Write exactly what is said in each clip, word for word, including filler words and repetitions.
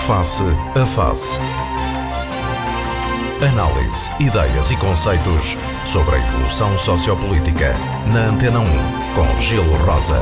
Face a Face. Análise, ideias e conceitos sobre a evolução sociopolítica. Na Antena um, com Gelo Rosa.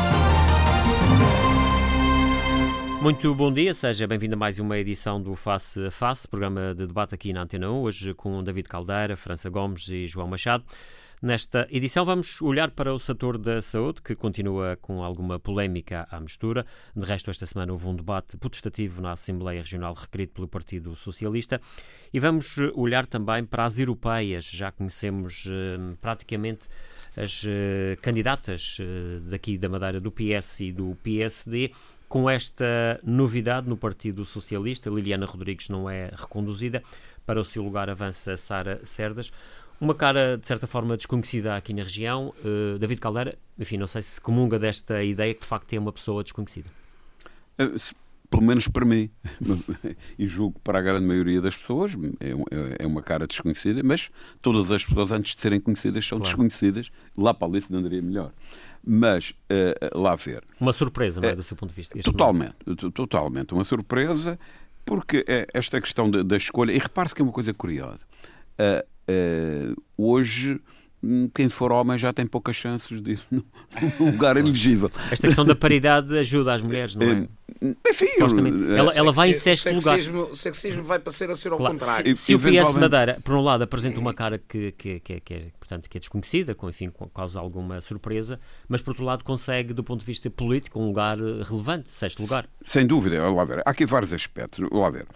Muito bom dia, seja bem-vindo a mais uma edição do Face a Face, programa de debate aqui na Antena um, hoje com David Caldeira, França Gomes e João Machado. Nesta edição vamos olhar para o setor da saúde, que continua com alguma polémica à mistura. De resto, esta semana houve um debate potestativo na Assembleia Regional requerido pelo Partido Socialista. E vamos olhar também para as europeias. Já conhecemos eh, praticamente as eh, candidatas eh, daqui da Madeira do P S e do P S D. Com esta novidade no Partido Socialista, Liliana Rodrigues não é reconduzida. Para o seu lugar avança Sara Cerdas. Uma cara, de certa forma, desconhecida aqui na região. Uh, David Caldeira, enfim, não sei se comunga desta ideia que, de facto, é uma pessoa desconhecida. Uh, se, pelo menos para mim, e julgo para a grande maioria das pessoas, é, é uma cara desconhecida, mas todas as pessoas, antes de serem conhecidas, são claro. desconhecidas. Lá para ali se não andaria melhor. Mas, uh, lá ver... Uma surpresa, não é, do seu ponto de vista? Totalmente, momento. totalmente. Uma surpresa, porque esta questão da, da escolha... E repare-se que é uma coisa curiosa. Uh, Uh, hoje, quem for homem já tem poucas chances de ir num lugar elegível. Esta questão da paridade ajuda as mulheres, não é? Enfim, ela, ela vai em sexto lugar. O sexismo vai passar a ser ao claro, contrário. Se, se o P S Madeira, por um lado, apresenta uma cara que, que, que, que, é, portanto, que é desconhecida, com, enfim, causa alguma surpresa, mas por outro lado consegue, do ponto de vista político, um lugar relevante, sexto lugar. Sem dúvida, lá ver. Há aqui vários aspectos. Lá ver.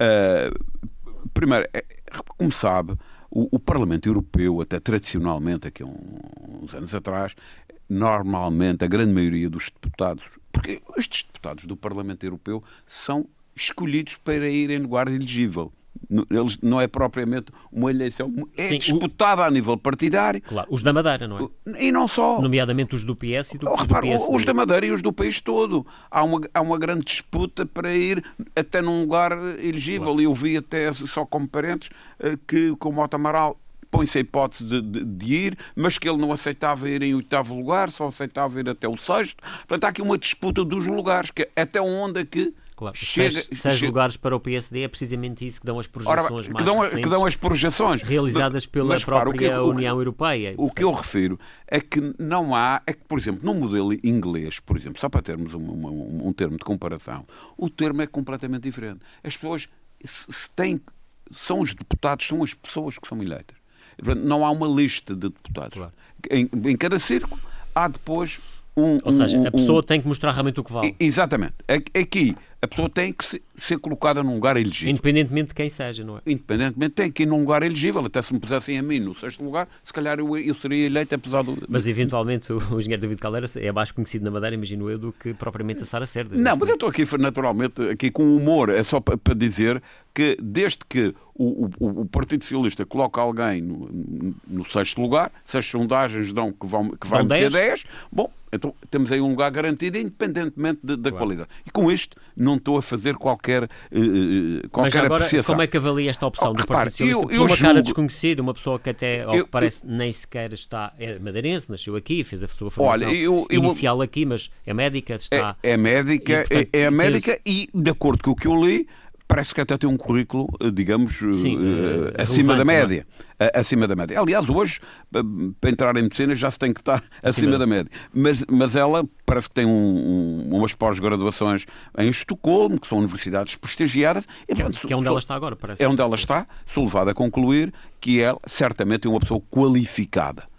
Uh, primeiro, como sabe, O, o Parlamento Europeu, até tradicionalmente, aqui há uns anos atrás, normalmente a grande maioria dos deputados, porque estes deputados do Parlamento Europeu são escolhidos para ir em lugar elegível. Eles, não é propriamente uma eleição, é Sim, disputada o... a nível partidário. Claro, os da Madeira, não é? E não só. Nomeadamente os do P S e do, oh, repara, do P S D. Os da Madeira e os do país todo. Há uma, há uma grande disputa para ir até num lugar elegível. Claro. E eu vi até, só como parentes, que com o Mota Amaral põe-se a hipótese de, de, de ir, mas que ele não aceitava ir em oitavo lugar, só aceitava ir até o sexto. Portanto, há aqui uma disputa dos lugares, que até onde é que... Claro, chega, seis, seis chega... lugares para o P S D é precisamente isso que dão as projeções Ora, mais que dão, recentes, que dão as projeções realizadas pela mas, própria repara, o que, União o, Europeia. O portanto... que eu refiro é que não há, é que, por exemplo, no modelo inglês, por exemplo, só para termos um, um, um termo de comparação, o termo é completamente diferente. As pessoas se têm, são os deputados, são as pessoas que são eleitas. Não há uma lista de deputados. Claro. Em, em cada círculo há depois um... Ou seja, um, a pessoa um, tem que mostrar realmente o que vale. Exatamente. Aqui a pessoa tem que ser colocada num lugar elegível. Independentemente de quem seja, não é? Independentemente, tem que ir num lugar elegível. Até se me pusessem a mim no sexto lugar, se calhar eu, eu seria eleito apesar do... Mas eventualmente o, o engenheiro David Caldeira é mais conhecido na Madeira, imagino eu, do que propriamente a Sara Cerdas. Não, mas eu estou aqui naturalmente aqui com humor. É só para, para dizer que desde que o, o, o Partido Socialista coloca alguém no, no sexto lugar, se as sondagens dão que, vão, que vai meter dez, bom, então temos aí um lugar garantido independentemente de, da claro. qualidade. E com isto não estou a fazer qualquer, uh, qualquer Mas agora, apreciação. Como é que avalia esta opção oh, do repare, Partido Socialista? Eu, eu uma julgo... cara desconhecida, uma pessoa que até, ao eu, que parece, eu... nem sequer está... É madeirense, nasceu aqui, fez a sua formação Olha, eu, eu... inicial aqui, mas é médica, está... É, é médica, e, portanto, é, é médica e, de acordo com o que eu li, parece que até tem um currículo, digamos, Sim, uh, acima da média. Uh, acima da média. Aliás, hoje, para entrar em medicina, já se tem que estar acima, acima da média. Mas, mas ela parece que tem um, um, umas pós-graduações em Estocolmo, que são universidades prestigiadas. E, que, portanto, que é onde ela está agora, parece. É onde ela está. Sou levado a concluir que ela, certamente, é uma pessoa qualificada.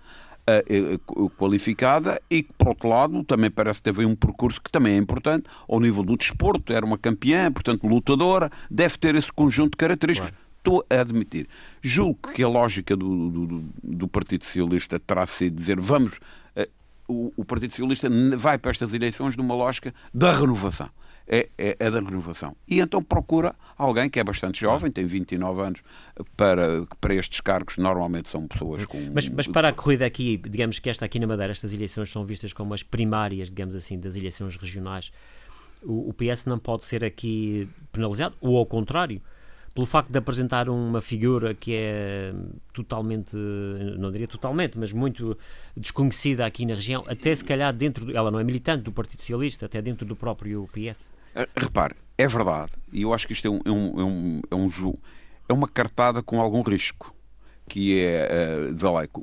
Uh, qualificada e que, por outro lado, também parece que teve um percurso que também é importante ao nível do desporto, era uma campeã, portanto lutadora, deve ter esse conjunto de características. Claro. Estou a admitir. Julgo que a lógica do, do, do Partido Socialista terá sido dizer vamos, uh, o, o Partido Socialista vai para estas eleições numa lógica da renovação. É, é, é da renovação. E então procura alguém que é bastante jovem, tem vinte e nove anos, para, para estes cargos, normalmente são pessoas com... Mas, mas para a corrida aqui, digamos que esta aqui na Madeira, estas eleições são vistas como as primárias, digamos assim, das eleições regionais. O, o P S não pode ser aqui penalizado, ou ao contrário, pelo facto de apresentar uma figura que é totalmente, não diria totalmente, mas muito desconhecida aqui na região, até se calhar dentro, ela não é militante do Partido Socialista, até dentro do próprio P S. Repare, é verdade, e eu acho que isto é um, é um, é um, é um jogo, é uma cartada com algum risco, que é, uh, vê lá, com,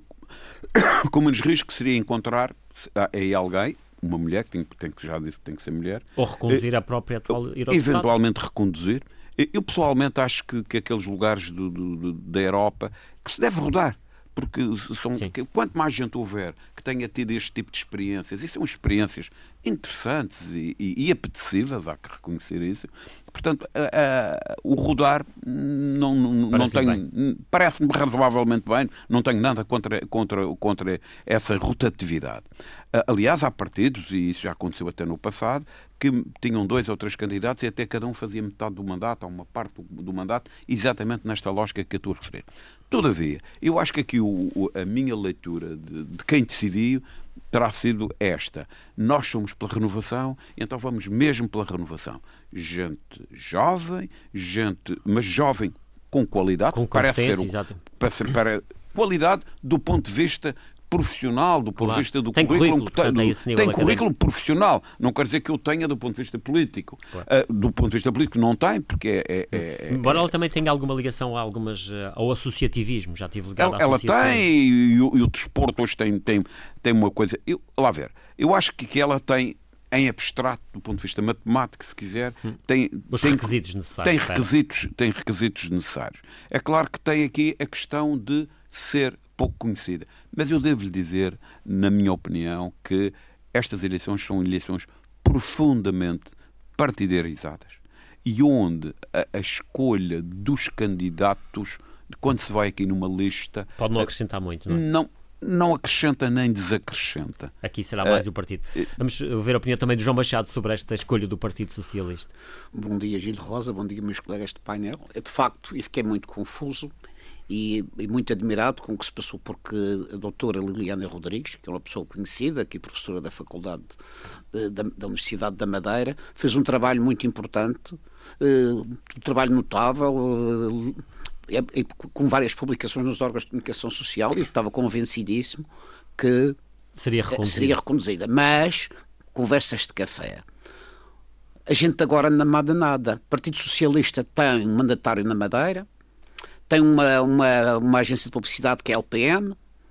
com menos risco seria encontrar aí alguém, uma mulher, que tem, tem, já disse que tem que ser mulher. Ou reconduzir a própria atual ir ao eventualmente reconduzir. Eu pessoalmente acho que, que aqueles lugares do, do, da Europa que se deve rodar. Porque são, quanto mais gente houver que tenha tido este tipo de experiências, e são experiências interessantes e, e, e apetecíveis, há que reconhecer isso. Portanto, a, a, o rodar não, não, não tem, parece-me razoavelmente bem, não tenho nada contra, contra, contra essa rotatividade. Aliás, há partidos, e isso já aconteceu até no passado, que tinham dois ou três candidatos e até cada um fazia metade do mandato, ou uma parte do, do mandato, exatamente nesta lógica que eu estou a referir. Todavia, eu acho que aqui o, o, a minha leitura de, de quem decidiu terá sido esta. Nós somos pela renovação, então vamos mesmo pela renovação. Gente jovem, gente, mas jovem com qualidade, com parece ser, um, parece, para, qualidade do ponto de vista profissional, do ponto claro. de vista do tem currículo, currículo que tem, tem, do, tem currículo profissional, não quer dizer que eu tenha do ponto de vista político. Claro. Uh, do ponto de vista político não tem, porque é... é, é Embora é, ela também tenha alguma ligação a algumas, ao associativismo, já tive ligado ela, a associações. Ela tem, e, e, o, e o desporto hoje tem, tem, tem uma coisa... Eu, lá ver, eu acho que, que ela tem, em abstrato, do ponto de vista matemático, se quiser, hum. tem... Os tem, requisitos necessários. Tem requisitos, tem requisitos necessários. É claro que tem aqui a questão de ser pouco conhecida. Mas eu devo-lhe dizer, na minha opinião, que estas eleições são eleições profundamente partidarizadas e onde a, a escolha dos candidatos, quando se vai aqui numa lista... Pode não acrescentar muito, não é? Não, não acrescenta nem desacrescenta. Aqui será mais uh, o partido. Vamos ver a opinião também do João Machado sobre esta escolha do Partido Socialista. Bom dia, Gil Rosa, bom dia, meus colegas de painel. De facto, eu fiquei muito confuso E, e muito admirado com o que se passou, porque a doutora Liliana Rodrigues, que é uma pessoa conhecida, aqui professora da Faculdade de, da, da Universidade da Madeira, fez um trabalho muito importante, uh, um trabalho notável, uh, e, e, com várias publicações nos órgãos de comunicação social, e eu estava convencidíssimo que seria reconduzida. seria reconduzida. Mas, conversas de café. A gente agora não manda nada. O Partido Socialista tem um mandatário na Madeira, tem uma, uma, uma agência de publicidade que é a L P M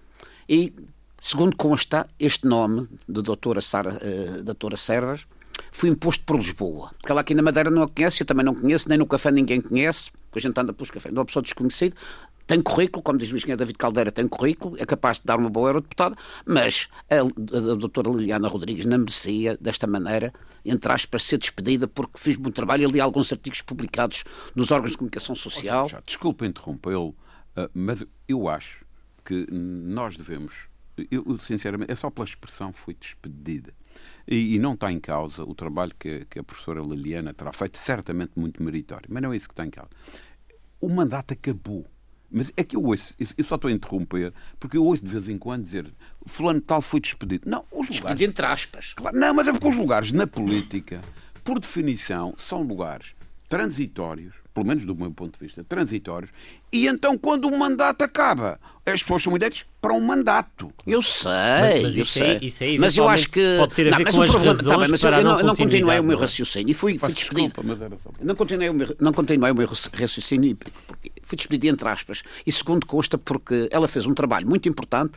e, segundo consta, este nome de doutora, Sara, uh, doutora Serras foi imposto por Lisboa. Porque ela aqui na Madeira não a conhece, eu também não conheço, nem no café ninguém conhece, porque a gente anda pelos cafés. Não é uma pessoa desconhecida, tem currículo, como diz o engenheiro David Caldeira, tem currículo, é capaz de dar uma boa eurodeputada, mas a, a, a doutora Liliana Rodrigues não merecia, desta maneira, entre aspas, ser despedida, porque fiz muito trabalho e li alguns artigos publicados nos órgãos de comunicação social. Já, desculpa interrompê-lo, mas eu acho que nós devemos, eu, sinceramente, é só pela expressão foi despedida. E, e não está em causa o trabalho que, que a professora Liliana terá feito, certamente muito meritório, mas não é isso que está em causa. O mandato acabou. Mas é que eu ouço, eu só estou a interromper, porque eu ouço de vez em quando dizer fulano tal foi despedido. Não, os lugares... Despedido entre aspas. Claro, não, mas é porque os lugares na política, por definição, são lugares transitórios, pelo menos do meu ponto de vista, transitórios, e então quando o mandato acaba, as pessoas são eleitas para um mandato. Eu sei, mas, mas eu isso sei. É, isso é mas eu acho que pode ter a não, ver mas com o as problema, razões tá bem, mas para eu não, não, não continuei o meu não é? raciocínio e fui, fui despedido. Desculpa, mas era só... Não continuei o meu, não continuei o meu raciocínio porque fui despedido entre aspas e segundo consta porque ela fez um trabalho muito importante,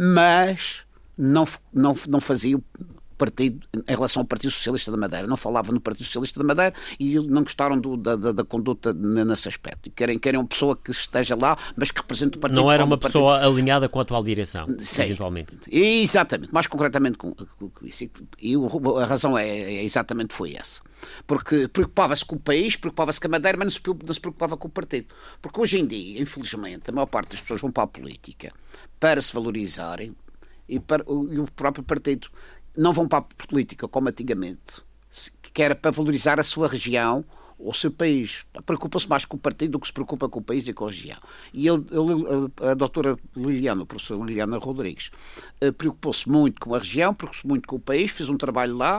mas não, não, não fazia partido, em relação ao Partido Socialista da Madeira, não falava no Partido Socialista da Madeira e não gostaram do, da, da, da conduta nesse aspecto. E querem, querem uma pessoa que esteja lá, mas que represente o partido. Não era uma pessoa alinhada com a atual direção, Sim, eventualmente. Exatamente, mais concretamente com, com isso. E a razão é, é exatamente foi essa. Porque preocupava-se com o país, preocupava-se com a Madeira, mas não se, não se preocupava com o partido. Porque hoje em dia, infelizmente, a maior parte das pessoas vão para a política para se valorizarem e, para, e o próprio partido não vão para a política como antigamente, que era para valorizar a sua região ou o seu país. Preocupa-se mais com o partido do que se preocupa com o país e com a região. E ele, ele, a doutora Liliana, a professora Liliana Rodrigues, preocupou-se muito com a região, preocupou-se muito com o país, fez um trabalho lá,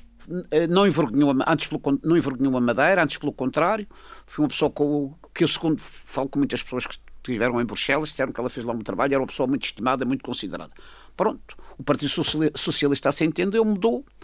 não envergonhou, antes pelo, não envergonhou a Madeira, antes pelo contrário, foi uma pessoa com, que eu segundo falo com muitas pessoas que estiveram em Bruxelas, disseram que ela fez lá um trabalho, era uma pessoa muito estimada, muito considerada. Pronto, o Partido Socialista se entendeu, mudou,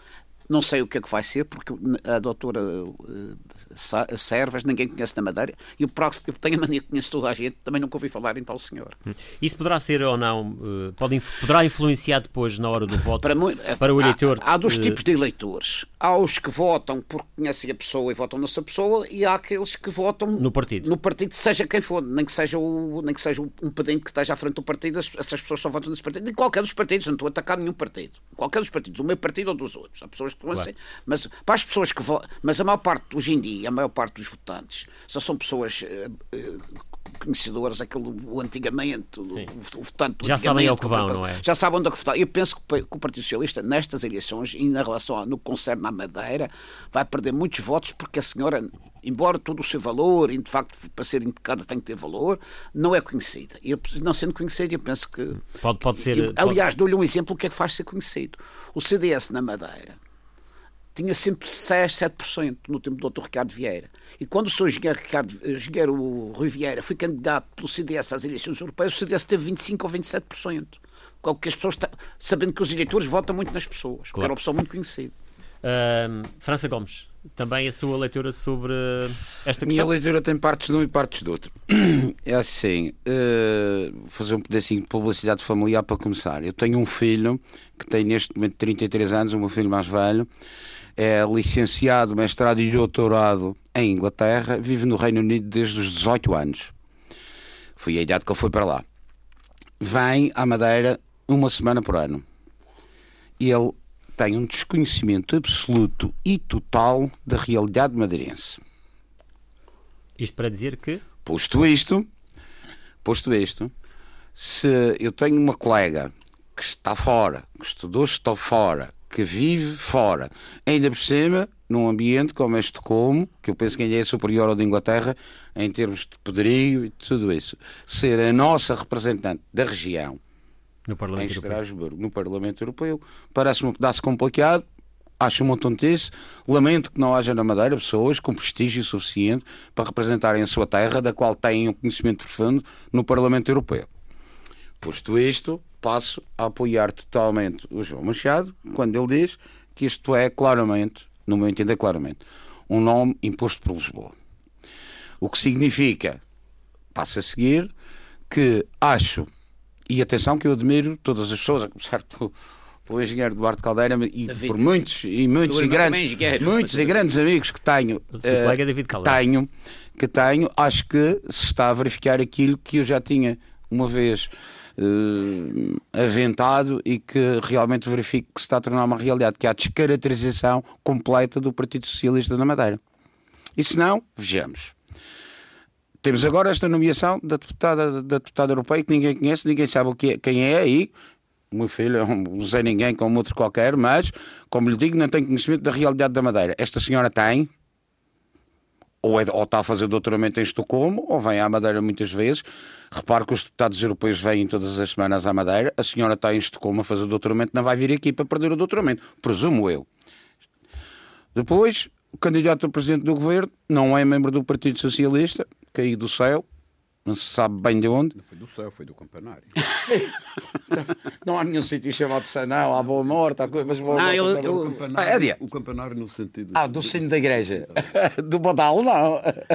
Não sei o que é que vai ser, porque a doutora uh, Servas ninguém conhece na Madeira, e o próximo, eu tenho a mania que conheço toda a gente, também nunca ouvi falar em tal senhor. Isso poderá ser ou não, uh, pode, poderá influenciar depois na hora do voto para, para o eleitor? Há, há dos uh... tipos de eleitores. Há os que votam porque conhecem a pessoa e votam nessa pessoa, e há aqueles que votam no partido, no partido seja quem for, nem que seja, o, nem que seja um pedinte que esteja à frente do partido, essas pessoas só votam nesse partido, em qualquer dos partidos, não estou a atacar nenhum partido, qualquer dos partidos, o meu partido ou dos outros. Há pessoas que conhecem, claro. mas para as pessoas que votam, mas a maior parte, hoje em dia, a maior parte dos votantes só são pessoas uh, uh, conhecedoras, aquele o antigamente, o, o votante já sabem ao que vão, não é? Já sabem onde é que votar. Eu penso que, que o Partido Socialista, nestas eleições e na relação ao, no que concerne à Madeira, vai perder muitos votos, porque a senhora, embora todo o seu valor, e de facto para ser indicada tem que ter valor, não é conhecida. E eu, não sendo conhecida, eu penso que... Pode, pode ser... Eu, aliás, dou-lhe um exemplo do que é que faz ser conhecido. O C D S na Madeira tinha sempre seis, sete por cento no tempo do doutor Ricardo Vieira. E quando o senhor engenheiro, Ricardo, engenheiro Rui Vieira foi candidato pelo C D S às eleições europeias, o C D S teve vinte e cinco ou vinte e sete por cento. Que as pessoas, sabendo que os eleitores votam muito nas pessoas, claro. Porque era uma pessoa muito conhecida. Uh, França Gomes, também a sua leitura sobre esta questão? Minha leitura tem partes de um e partes do outro. É assim, uh, vou fazer um pedacinho de publicidade familiar para começar. Eu tenho um filho que tem neste momento trinta e três anos, o meu filho mais velho, é licenciado, mestrado e doutorado em Inglaterra, vive no Reino Unido desde os dezoito anos. Foi a idade que ele foi para lá. Vem à Madeira uma semana por ano. E ele tem um desconhecimento absoluto e total da realidade madeirense. Isto para dizer que? Posto isto, posto isto, se eu tenho uma colega que está fora, que estudou, está fora, que vive fora, ainda por cima, num ambiente como este como, que eu penso que ainda é superior ao da Inglaterra, em termos de poderio e tudo isso, ser a nossa representante da região, no Parlamento em Europeu. Estrasburgo, no Parlamento Europeu, parece-me um pedaço complicado, acho uma tontice, lamento que não haja na Madeira pessoas com prestígio suficiente para representarem a sua terra, da qual têm um conhecimento profundo no Parlamento Europeu. Posto isto, passo a apoiar totalmente o João Machado, quando ele diz que isto é claramente, no meu entender claramente, um nome imposto por Lisboa. O que significa, passo a seguir, que acho, e atenção que eu admiro todas as pessoas, a começar pelo, pelo engenheiro Duarte Caldeira e David. por muitos e muitos e grandes, muitos e grandes amigos que tenho, uh, colega David Caldeira. tenho, que tenho, acho que se está a verificar aquilo que eu já tinha uma vez Uh, aventado e que realmente verifico que se está a tornar uma realidade, que há a descaracterização completa do Partido Socialista na Madeira. E se não, vejamos. Temos agora esta nomeação da deputada, da deputada europeia que ninguém conhece, ninguém sabe o que é, quem é, e o meu filho é um Zé Ninguém como outro qualquer, mas, como lhe digo, não tem conhecimento da realidade da Madeira. Esta senhora tem, ou, é, ou está a fazer doutoramento em Estocolmo, ou vem à Madeira muitas vezes. Repare que os deputados europeus vêm todas as semanas à Madeira. A senhora está em Estocolmo a fazer doutoramento, não vai vir aqui para perder o doutoramento, presumo eu. Depois, o candidato a presidente do governo não é membro do Partido Socialista, caiu do céu, não se sabe bem de onde. Não foi do céu, foi do campanário. Não há nenhum sítio chamado de céu, não, há Boa Morte, há coisa, mas Boa Morte. Eu, O eu, campanário, ah, é o campanário no sentido... Ah, do sino da igreja. Do Bodal, não.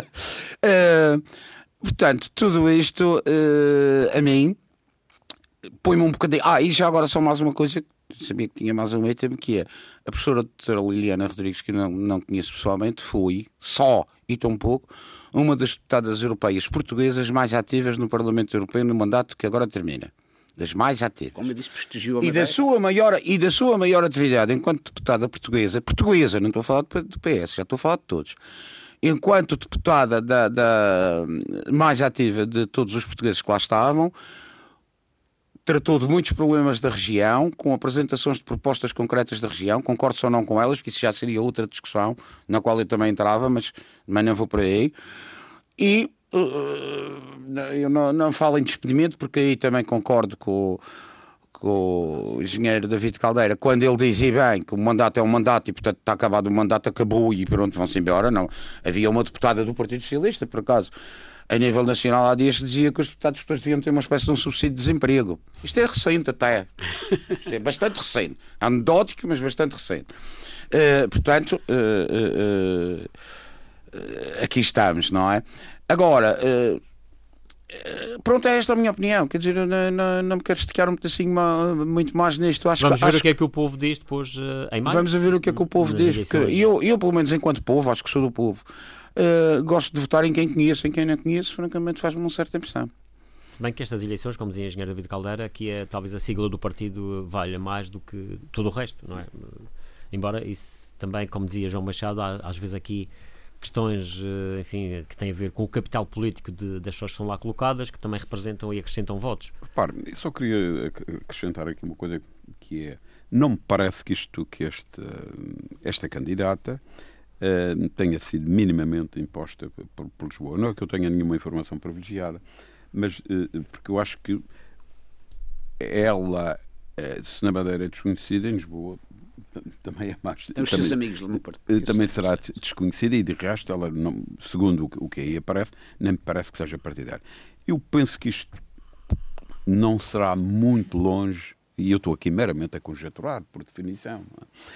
Uh, portanto, tudo isto, uh, a mim, põe-me um bocadinho... Ah, e já agora só mais uma coisa, sabia que tinha mais um item, que é a professora doutora Liliana Rodrigues, que eu não, não conheço pessoalmente, foi, só e tão pouco, uma das deputadas europeias portuguesas mais ativas no Parlamento Europeu no mandato que agora termina. Das mais ativas. Como eu disse, prestigiou a e da sua maior E da sua maior atividade enquanto deputada portuguesa, portuguesa, não estou a falar do P S, já estou a falar de todos, enquanto deputada da, da mais ativa de todos os portugueses que lá estavam, tratou de muitos problemas da região, com apresentações de propostas concretas da região, concordo ou não com elas, porque isso já seria outra discussão, na qual eu também entrava, mas, mas não vou por aí. E uh, eu não, não falo em despedimento, porque aí também concordo com, com o engenheiro David Caldeira, quando ele dizia bem que o mandato é um mandato e, portanto, está acabado o mandato, acabou e pronto, vão-se embora. Não. Havia uma deputada do Partido Socialista, por acaso, a nível nacional, há dias que dizia que os deputados depois deviam ter uma espécie de um subsídio de desemprego. Isto é recente até. Isto é bastante recente. Anedótico, mas bastante recente. Uh, portanto, uh, uh, uh, aqui estamos, não é? Agora, uh, uh, pronto, é esta a minha opinião. Quer dizer, eu não, não, não me quero esticar um pedacinho muito mais nisto. Acho Vamos que, ver acho o que é que o povo diz depois uh, em maio. Vamos ver o que é que o povo diz. Porque eu, eu, pelo menos enquanto povo, acho que sou do povo, uh, gosto de votar em quem conheço, em quem não conheço, francamente faz-me uma certa impressão. Se bem que estas eleições, como dizia o engenheiro David Caldeira, que é, talvez a sigla do partido valha mais do que todo o resto, não é? Embora isso também, como dizia João Machado, há às vezes aqui questões, enfim, que têm a ver com o capital político de, das pessoas que são lá colocadas, que também representam e acrescentam votos. Repare, eu só queria acrescentar aqui uma coisa que é, não me parece que isto, que este, esta candidata uh, tenha sido minimamente imposta por, por Lisboa. Não é que eu tenha nenhuma informação privilegiada, mas uh, porque eu acho que ela, uh, se na Madeira é desconhecida, em Lisboa também é mais. Tem os seus amigos no partido. Também será desconhecida e, de resto, ela, não, segundo o que aí aparece, nem me parece que seja partidária. Eu penso que isto não será muito longe, e eu estou aqui meramente a conjecturar, por definição,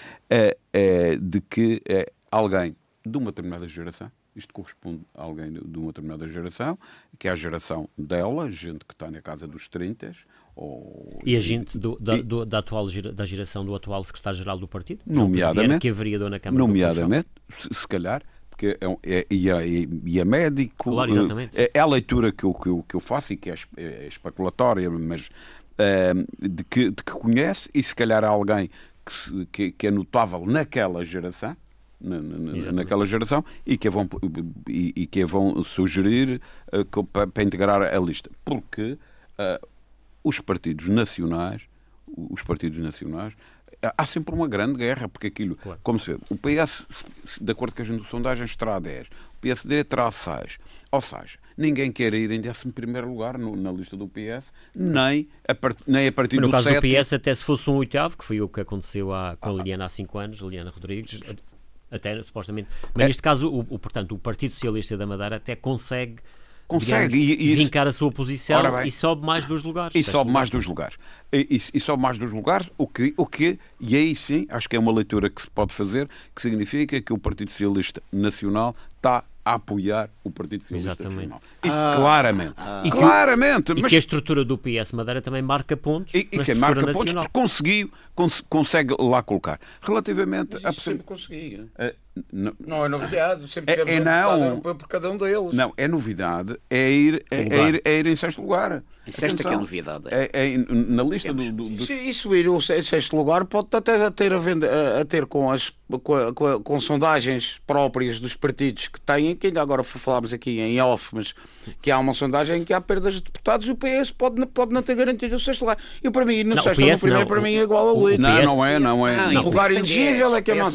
é? É, é, de que é, alguém de uma determinada geração, isto corresponde a alguém de uma determinada geração, que é a geração dela, gente que está na casa dos trinta. Ou... E a gente do, da, e... do, da, atual, da geração do atual secretário-geral do partido? Nomeadamente. Que é vereador na Câmara nomeadamente, se, se calhar, porque é, é, e, é, e é médico. Claro, exatamente. É, é a leitura que eu, que, eu, que eu faço e que é, é especulatória, mas é, de, que, de que conhece, e se calhar há alguém que, que, que é notável naquela geração. Na, na, naquela geração e que a vão, e, e que a vão sugerir uh, para, para integrar a lista, porque uh, os partidos nacionais os partidos nacionais há sempre uma grande guerra, porque aquilo, claro. Como se vê, o P S, de acordo com as sondagens, terá dez, o P S D terá seis, ou seja, ninguém quer ir em décimo primeiro lugar no, na lista do P S, nem a, part, nem a partir Mas no do caso sétimo. do P S, até se fosse um oitavo, que foi o que aconteceu há, com a Liliana há cinco anos, Liliana Rodrigues, até supostamente, mas é. neste caso o, o, portanto, o Partido Socialista da Madeira até consegue, consegue digamos, e, e vincar a sua posição e sobe mais dois lugares. E sobe mais dois lugares. E, e, e sobe mais dois lugares, o que, o que, e aí sim, acho que é uma leitura que se pode fazer, que significa que o Partido Socialista Nacional está a apoiar o Partido Socialista Exatamente. Nacional. Isso ah, claramente. Ah, e claramente. Que, mas... E que a estrutura do P S Madeira também marca pontos e, na e que marca nacional. Pontos porque conseguiu, cons, consegue lá colocar. Relativamente mas a... sempre conseguia. Uh, não, não é novidade. Sempre tivemos é, é um não, deputado europeu por cada um deles. Não, é novidade. É ir, é, é ir, é ir em sexto lugar. Em sexto é que é novidade. É, é, é na lista do... do, do... Isso, isso ir em sexto lugar pode até ter a, venda, a, a ter com as com, a, com, a, com sondagens próprias dos partidos que têm, que ainda agora falámos aqui em off, mas que há uma sondagem em que há perdas de deputados e o P S pode, pode não ter garantido o sexto lugar. E para mim, no não, sexto ou no primeiro, não. Para mim é igual a oito. Não, não é, não é. Não, lugar elegível é que é mais...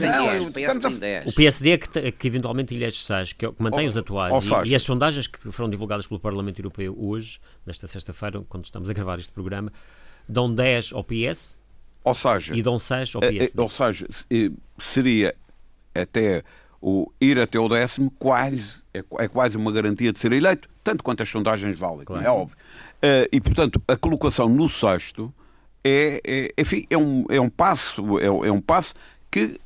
O P S D que, que eventualmente ilha seis, que mantém os atuais, e, e as sondagens que foram divulgadas pelo Parlamento Europeu hoje, nesta sexta-feira, quando estamos a gravar este programa, dão dez ao P S, ou seja, e dão seis ao P S D. Ou seja, seria até o ir até o décimo quase, é, é quase uma garantia de ser eleito, tanto quanto as sondagens valem, claro. É óbvio. Uh, e, portanto, a colocação no sexto é, é, enfim, é, um, é um passo, é, é um passo que,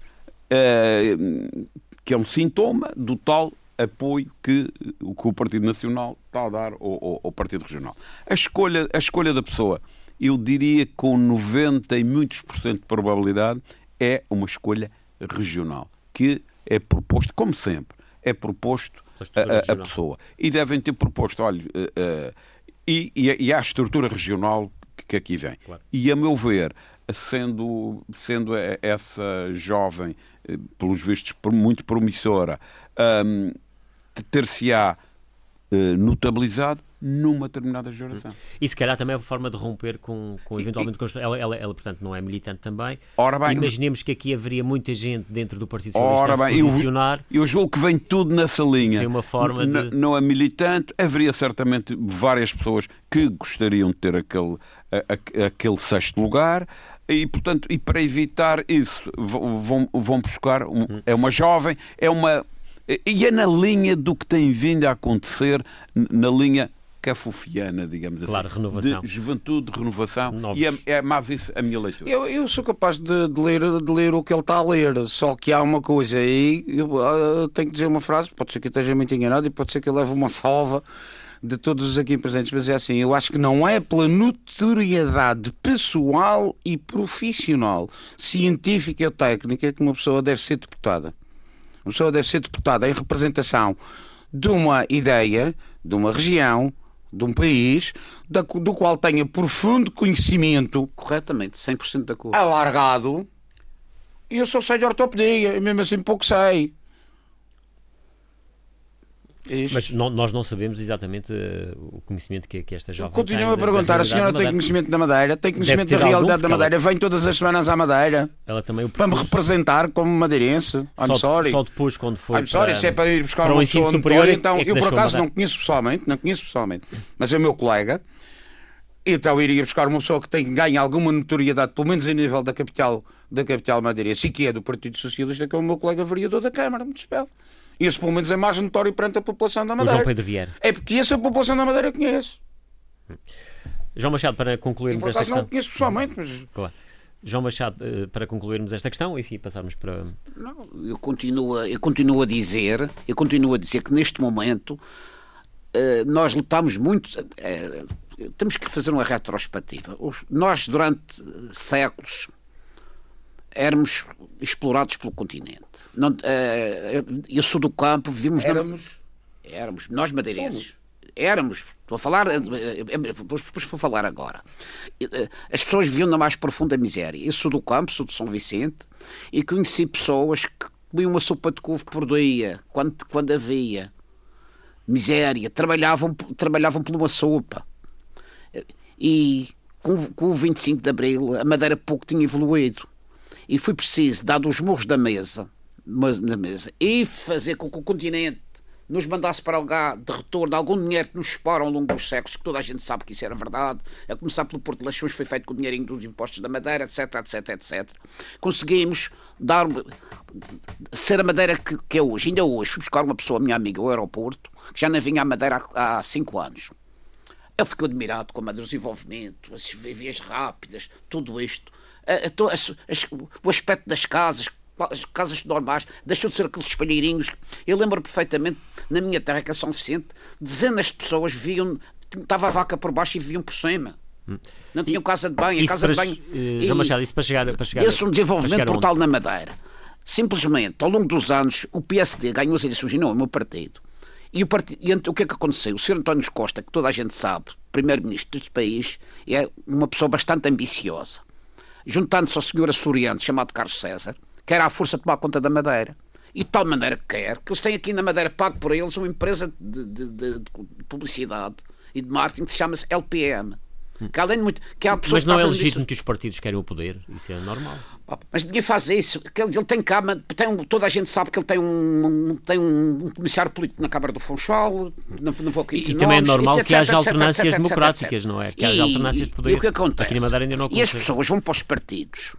uh, que é um sintoma do tal apoio que, que o Partido Nacional está a dar ao, ao, ao Partido Regional. A escolha, a escolha da pessoa, eu diria que com noventa e muitos por cento de probabilidade, é uma escolha regional, que é proposto, como sempre, é proposto a, a, a pessoa. E devem ter proposto, olha, uh, uh, e, e há a estrutura regional que, que aqui vem. Claro. E, a meu ver, sendo, sendo essa jovem, uh, pelos vistos, muito promissora, um, ter-se-á uh, notabilizado numa determinada geração. E se calhar também é uma forma de romper com, com eventualmente... E, ela, ela, ela, portanto, não é militante também. Ora bem, imaginemos que aqui haveria muita gente dentro do Partido Socialista ora a se posicionar. Eu, eu julgo que vem tudo nessa linha. Foi uma forma de... N- não é militante. Haveria certamente várias pessoas que gostariam de ter aquele, a, a, aquele sexto lugar. E, portanto, e para evitar isso, vão, vão buscar... Um, hum. É uma jovem, é uma... E é na linha do que tem vindo a acontecer, na linha... ética fofiana, digamos assim. Claro, renovação. De juventude, de renovação. Novos. E é, é mais isso a minha leitura. Eu, eu sou capaz de, de, ler, de ler o que ele está a ler, só que há uma coisa aí, eu, eu tenho que dizer uma frase, pode ser que eu esteja muito enganado e pode ser que eu leve uma salva de todos os aqui presentes, mas é assim, eu acho que não é pela notoriedade pessoal e profissional, científica ou técnica, que uma pessoa deve ser deputada. Uma pessoa deve ser deputada em representação de uma ideia, de uma região, de um país, da, do qual tenha profundo conhecimento. Corretamente, cem por cento de acordo. Alargado. E eu só sei de ortopedia, e mesmo assim pouco sei. Isto. Mas não, nós não sabemos exatamente uh, o conhecimento que, que esta jovem Continuo tem. a perguntar, da, da a senhora tem conhecimento da Madeira? Tem conhecimento da realidade da Madeira? Vem todas as semanas à Madeira? Ela também o para me representar como madeirense? I'm só, sorry. Só depois, quando foi I'm sorry, para, se é para ir buscar para uma o ensino pessoa superior, notória, é, então, é que eu por deixou acaso Madeira. não conheço pessoalmente, não conheço pessoalmente, mas é o meu colega, então iria buscar uma pessoa que tem, ganha alguma notoriedade, pelo menos a nível da capital, da capital madeirense, e que é do Partido Socialista, que é o meu colega vereador da Câmara, muito espelho. Esse pelo menos é mais notório perante a população da Madeira. O João Pedro Vieira. É porque essa população da Madeira conhece. João Machado, para E concluirmos por esta acaso questão. não conheço pessoalmente, mas... Claro. João Machado, para concluirmos esta questão, enfim, passarmos para... Não, eu continuo, eu continuo a dizer, eu continuo a dizer que neste momento uh, nós lutamos muito, uh, temos que fazer uma retrospectiva. Os, nós durante séculos éramos explorados pelo continente. Não, uh, eu sou do campo, vivimos... Éramos... Na, éramos, nós madeirenses. Éramos, estou a falar, depois vou falar agora. As pessoas viviam na mais profunda miséria. Eu sou do campo, sou de São Vicente, e conheci pessoas que comiam uma sopa de couve por dia, quando, quando havia miséria, trabalhavam, trabalhavam por uma sopa. E com, com o vinte e cinco de Abril, a Madeira pouco tinha evoluído. E foi preciso, dado os morros da mesa, na mesa, e fazer com que o continente nos mandasse para lugar de retorno algum dinheiro que nos exploram ao longo dos séculos, que toda a gente sabe que isso era verdade, a começar pelo Porto de Leixões, foi feito com o dinheirinho dos impostos da Madeira, etc, etc, etcétera. Conseguimos dar, ser a Madeira que, que é hoje. Ainda hoje fui buscar uma pessoa, minha amiga, ao aeroporto, que já não vinha à Madeira há, há cinco anos. Ele ficou admirado com o desenvolvimento, as vias rápidas, tudo isto, a, a, as, as, o aspecto das casas, as casas normais, deixou de ser aqueles espalheirinhos. Eu lembro perfeitamente, na minha terra, que é São Vicente, dezenas de pessoas viviam, estava a vaca por baixo e viviam por cima. Hum. Não tinham casa de banho, a casa de banho. Uh, João Machado, isso para chegar, para chegar esse é um desenvolvimento brutal onde? Na Madeira. Simplesmente, ao longo dos anos, o P S D ganhou as eleições, e não, é o meu partido. E o, partido, e o que é que aconteceu? O senhor António Costa, que toda a gente sabe, primeiro-ministro deste país, é uma pessoa bastante ambiciosa. Juntando-se ao senhor açoriano, chamado Carlos César, quer à força tomar conta da Madeira. E de tal maneira que quer, que eles têm aqui na Madeira, pago por eles, uma empresa de, de, de, de publicidade e de marketing que se chama L P M. Que além de muito, que há Mas não é legítimo isso. Que os partidos querem o poder, isso é normal. Mas ninguém faz isso. Ele, ele tem Câmara, tem um, toda a gente sabe que ele tem um, um, tem um comissário político na Câmara do Funchal, não, não vou aqui dizer E, e também é normal etcétera, que haja etcétera, alternâncias etcétera, democráticas, etcétera. não é? Que haja alternâncias de poder. E o que acontece? Aqui na Madeira ainda não acontece. E as pessoas vão para os partidos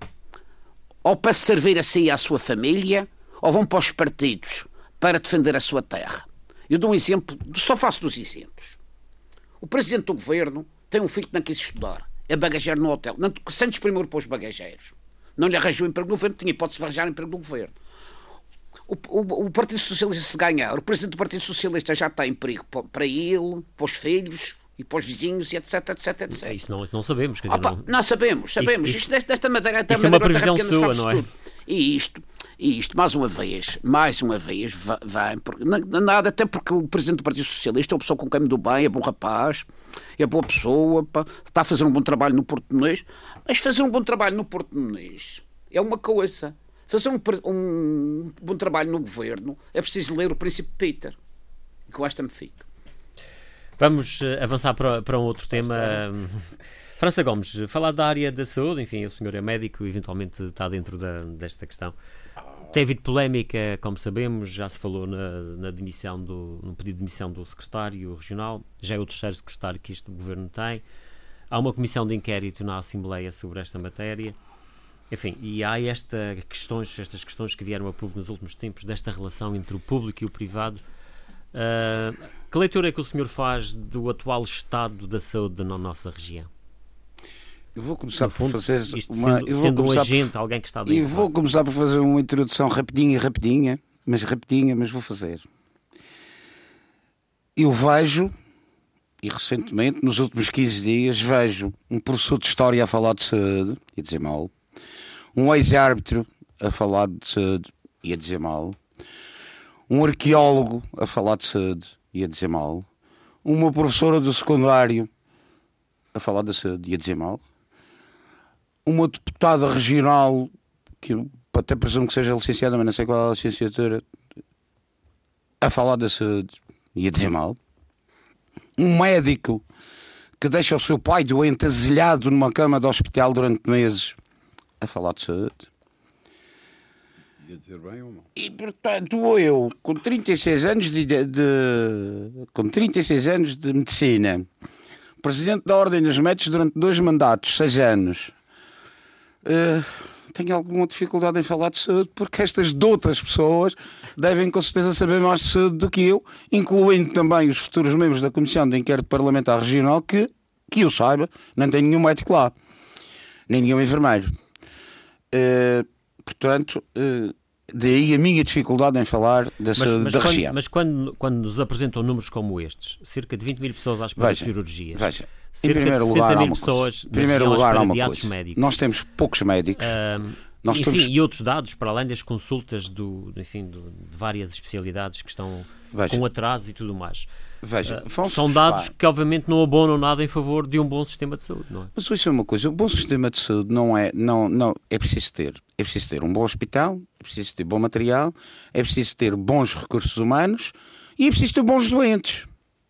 ou para servir a si e à sua família, ou vão para os partidos para defender a sua terra. Eu dou um exemplo, só faço dos exemplos. O presidente do governo tem um filho que não quis estudar, é bagageiro no hotel, não, sem desprimor para os bagageiros. Não lhe arranjou emprego no governo, tinha hipótese de arranjar emprego no governo. O, o, o Partido Socialista, se ganhar, o presidente do Partido Socialista já tem emprego para ele, para os filhos e para os vizinhos, e etc, etc, etcétera. Isso não, isso não sabemos. Quer dizer, Opa, não... não sabemos, sabemos. Isso, isto desta, desta madeira, isso é uma previsão sua, não é? Tudo. E isto, e isto, mais uma vez, mais uma vez, vai, porque, nada, até porque o presidente do Partido Socialista é uma pessoa com quem me dou bem, é bom rapaz, é boa pessoa, pá, está a fazer um bom trabalho no Português, mas fazer um bom trabalho no Português é uma coisa. Fazer um, um bom trabalho no governo é preciso ler o Príncipe Peter. E com esta me fico. Vamos avançar para, para um outro tema. França Gomes, falar da área da saúde, enfim, o senhor é médico e eventualmente está dentro da, desta questão. Tem havido polémica, como sabemos, já se falou na, na demissão do, no pedido de demissão do secretário regional, já é o terceiro secretário que este governo tem. Há uma comissão de inquérito na Assembleia sobre esta matéria. Enfim, e há esta questões, estas questões que vieram a público nos últimos tempos, desta relação entre o público e o privado. Uh, que leitura é que o senhor faz do atual estado da saúde na nossa região? Eu vou começar No fundo, por fazer isto uma. sendo, eu vou sendo um começar agente, por, alguém que está e dentro. vou começar por fazer uma introdução rapidinha, rapidinha, mas rapidinha, mas vou fazer. Eu vejo, e recentemente, nos últimos quinze dias, vejo um professor de História a falar de saúde, e a dizer mal, um ex-árbitro a falar de saúde, e a dizer mal, um arqueólogo a falar de saúde, e a dizer mal, uma professora do secundário a falar da saúde, e a dizer mal, uma deputada regional, que eu até presumo que seja licenciada, mas não sei qual é a licenciatura, a falar da saúde, e a dizer mal, um médico que deixa o seu pai doente azelhado numa cama de hospital durante meses a falar de saúde. Ia dizer bem ou não? E portanto eu, com trinta e seis anos de, de, com trinta e seis anos de medicina, presidente da Ordem dos Médicos durante dois mandatos, seis anos, uh, tenho alguma dificuldade em falar de saúde, porque estas outras pessoas devem com certeza saber mais de saúde do que eu, incluindo também os futuros membros da Comissão de Inquérito Parlamentar Regional, que, que eu saiba, não tem nenhum médico lá, nem nenhum enfermeiro. Uh, portanto, uh, daí a minha dificuldade em falar da Mas, saúde mas, da quando, região. mas quando, quando nos apresentam números como estes, cerca de vinte mil pessoas à espera de Veja, cirurgias, veja, em cerca de primeiro sessenta lugar, há mil uma pessoas coisa. Em na primeiro região à lugar, há espera uma de atos coisa. médicos. Nós temos poucos médicos. Uh, Nós enfim, temos... e outros dados, para além das consultas do, enfim, do, de várias especialidades que estão Veja. com atraso e tudo mais. Veja, Uh, são dados que obviamente não abonam nada em favor de um bom sistema de saúde, não é? Mas isso é uma coisa, o bom sistema de saúde não é, não, não, é preciso ter, é preciso ter um bom hospital, é preciso ter bom material, é preciso ter bons recursos humanos e é preciso ter bons doentes.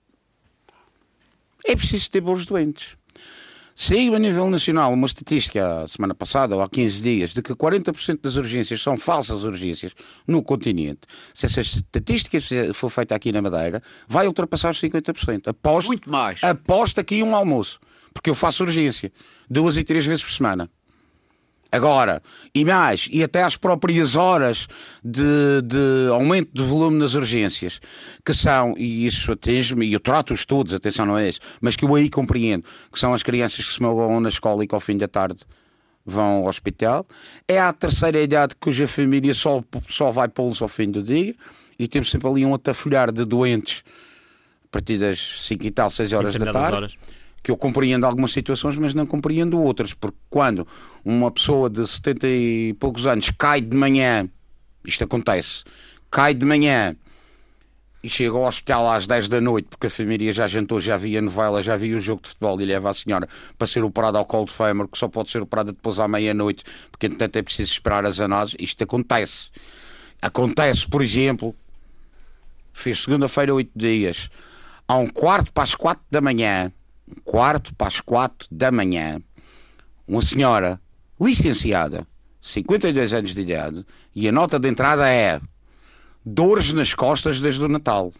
É preciso ter bons doentes. Saiu a nível nacional uma estatística a semana passada ou há quinze dias de que quarenta por cento das urgências são falsas urgências no continente. Se essa estatística for feita aqui na Madeira, vai ultrapassar os cinquenta por cento. Aposto, Muito mais. Aposto aqui um almoço, porque eu faço urgência duas e três vezes por semana. Agora, e mais, e até às próprias horas de, de aumento de volume nas urgências, que são, e isso atinge-me, e eu trato-os todos, atenção, não é isso, mas que eu aí compreendo, que são as crianças que se magoam na escola e que ao fim da tarde vão ao hospital, é à terceira idade cuja família só, só vai pô-los ao fim do dia, e temos sempre ali um atafolhar de doentes a partir das cinco e tal, seis horas da tarde. Horas. Que eu compreendo algumas situações, mas não compreendo outras, porque quando uma pessoa de setenta e poucos anos cai de manhã, isto acontece, cai de manhã e chega ao hospital às dez da noite, porque a família já jantou, já via novela, já via o jogo de futebol e leva a senhora para ser operada ao colo de fêmur, que só pode ser operada depois à meia-noite, porque entretanto é preciso esperar as análises. Isto acontece. Acontece, por exemplo, fez segunda-feira oito dias, há um quarto para as quatro da manhã, um quarto para as quatro da manhã, uma senhora licenciada, cinquenta e dois anos de idade, e a nota de entrada é dores nas costas desde o Natal.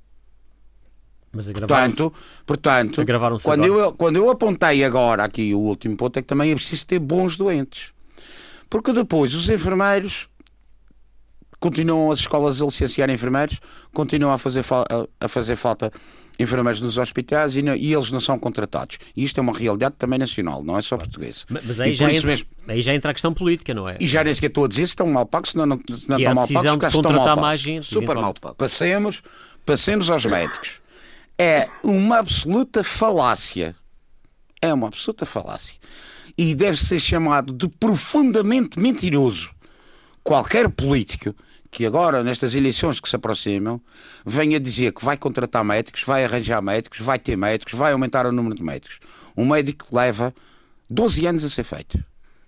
Mas portanto, portanto quando, eu, quando eu apontei agora aqui o último ponto é que também é preciso ter bons doentes. Porque depois os enfermeiros continuam, as escolas a licenciar enfermeiros, continuam a fazer, a fazer falta enfermeiros nos hospitais e, não, e eles não são contratados. E isto é uma realidade também nacional, não é só portuguesa. Mas, mas aí, já entra, mesmo, aí já entra a questão política, não é? E já nem sequer estou a dizer se estão mal pagos, se não, não, se não que estão é mal pagos, porque estão mal pagos. Mais gente, super mal pagos. Passemos, passemos aos médicos. É uma absoluta falácia. É uma absoluta falácia. E deve ser chamado de profundamente mentiroso qualquer político que agora, nestas eleições que se aproximam, venha dizer que vai contratar médicos, vai arranjar médicos, vai ter médicos, vai aumentar o número de médicos. Um médico leva doze anos a ser feito.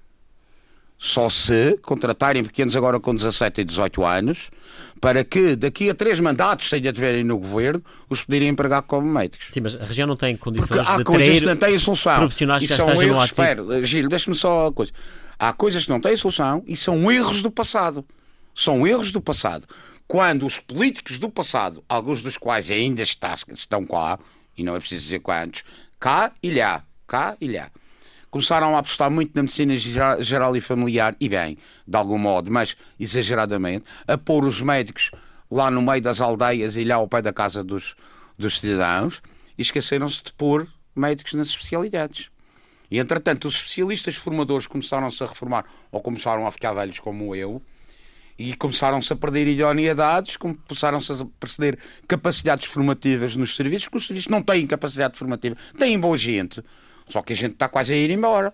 Só se contratarem pequenos agora com dezassete e dezoito anos, para que daqui a três mandatos, se ainda tiverem no governo, os poderem empregar como médicos. Sim, mas a região não tem condições Porque há de coisas ter que não têm solução. Profissionais e que já são estejam erros, espera, Gil, deixa-me só uma coisa. Há coisas que não têm solução e são erros do passado. São erros do passado. Quando os políticos do passado, alguns dos quais ainda estão cá, e não é preciso dizer quantos, cá e lá, cá e lá, começaram a apostar muito na medicina geral e familiar, e bem, de algum modo, mas exageradamente, a pôr os médicos lá no meio das aldeias e lá ao pé da casa dos, dos cidadãos, e esqueceram-se de pôr médicos nas especialidades. E, entretanto, os especialistas formadores começaram-se a reformar, ou começaram a ficar velhos como eu, e começaram-se a perder idoneidades, começaram-se a perder capacidades formativas nos serviços, porque os serviços não têm capacidade formativa, têm boa gente, só que a gente está quase a ir embora.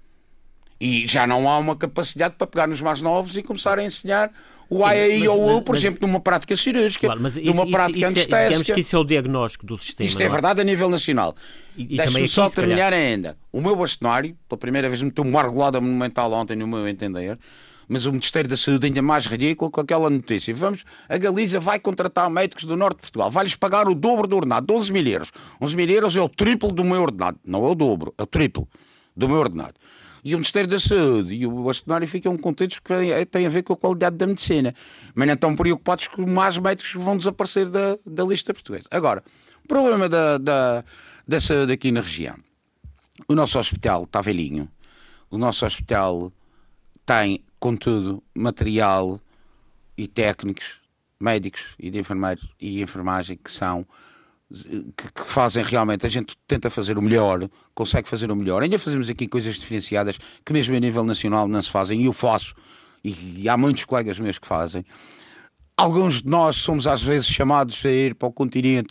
E já não há uma capacidade para pegar nos mais novos e começar a ensinar o A I I ou U, por mas, exemplo, numa prática cirúrgica, claro, mas numa isso, prática isso, anestésica. É, digamos que isso é o diagnóstico do sistema. Isto é, é verdade a nível nacional. Deixe-me só terminar calhar. ainda. O meu bastonário, pela primeira vez, meteu uma argolada monumental ontem, no meu entender, mas o Ministério da Saúde ainda mais ridículo com aquela notícia. Vamos, a Galiza vai contratar médicos do Norte de Portugal, vai-lhes pagar o dobro do ordenado, doze mil euros. onze mil euros é o triplo do meu ordenado. Não é o dobro, é o triplo do meu ordenado. E o Ministério da Saúde e o bastonário ficam contentes porque tem a ver com a qualidade da medicina. Mas não estão preocupados que mais médicos vão desaparecer da, da lista portuguesa. Agora, o problema da, da, da saúde aqui na região. O nosso hospital está velhinho. O nosso hospital tem, contudo, material e técnicos, médicos e de enfermeiros e enfermagem que são... Que, que fazem realmente, a gente tenta fazer o melhor, consegue fazer o melhor. Ainda fazemos aqui coisas diferenciadas que mesmo a nível nacional não se fazem, e eu faço, e, e há muitos colegas meus que fazem. Alguns de nós somos às vezes chamados a ir para o continente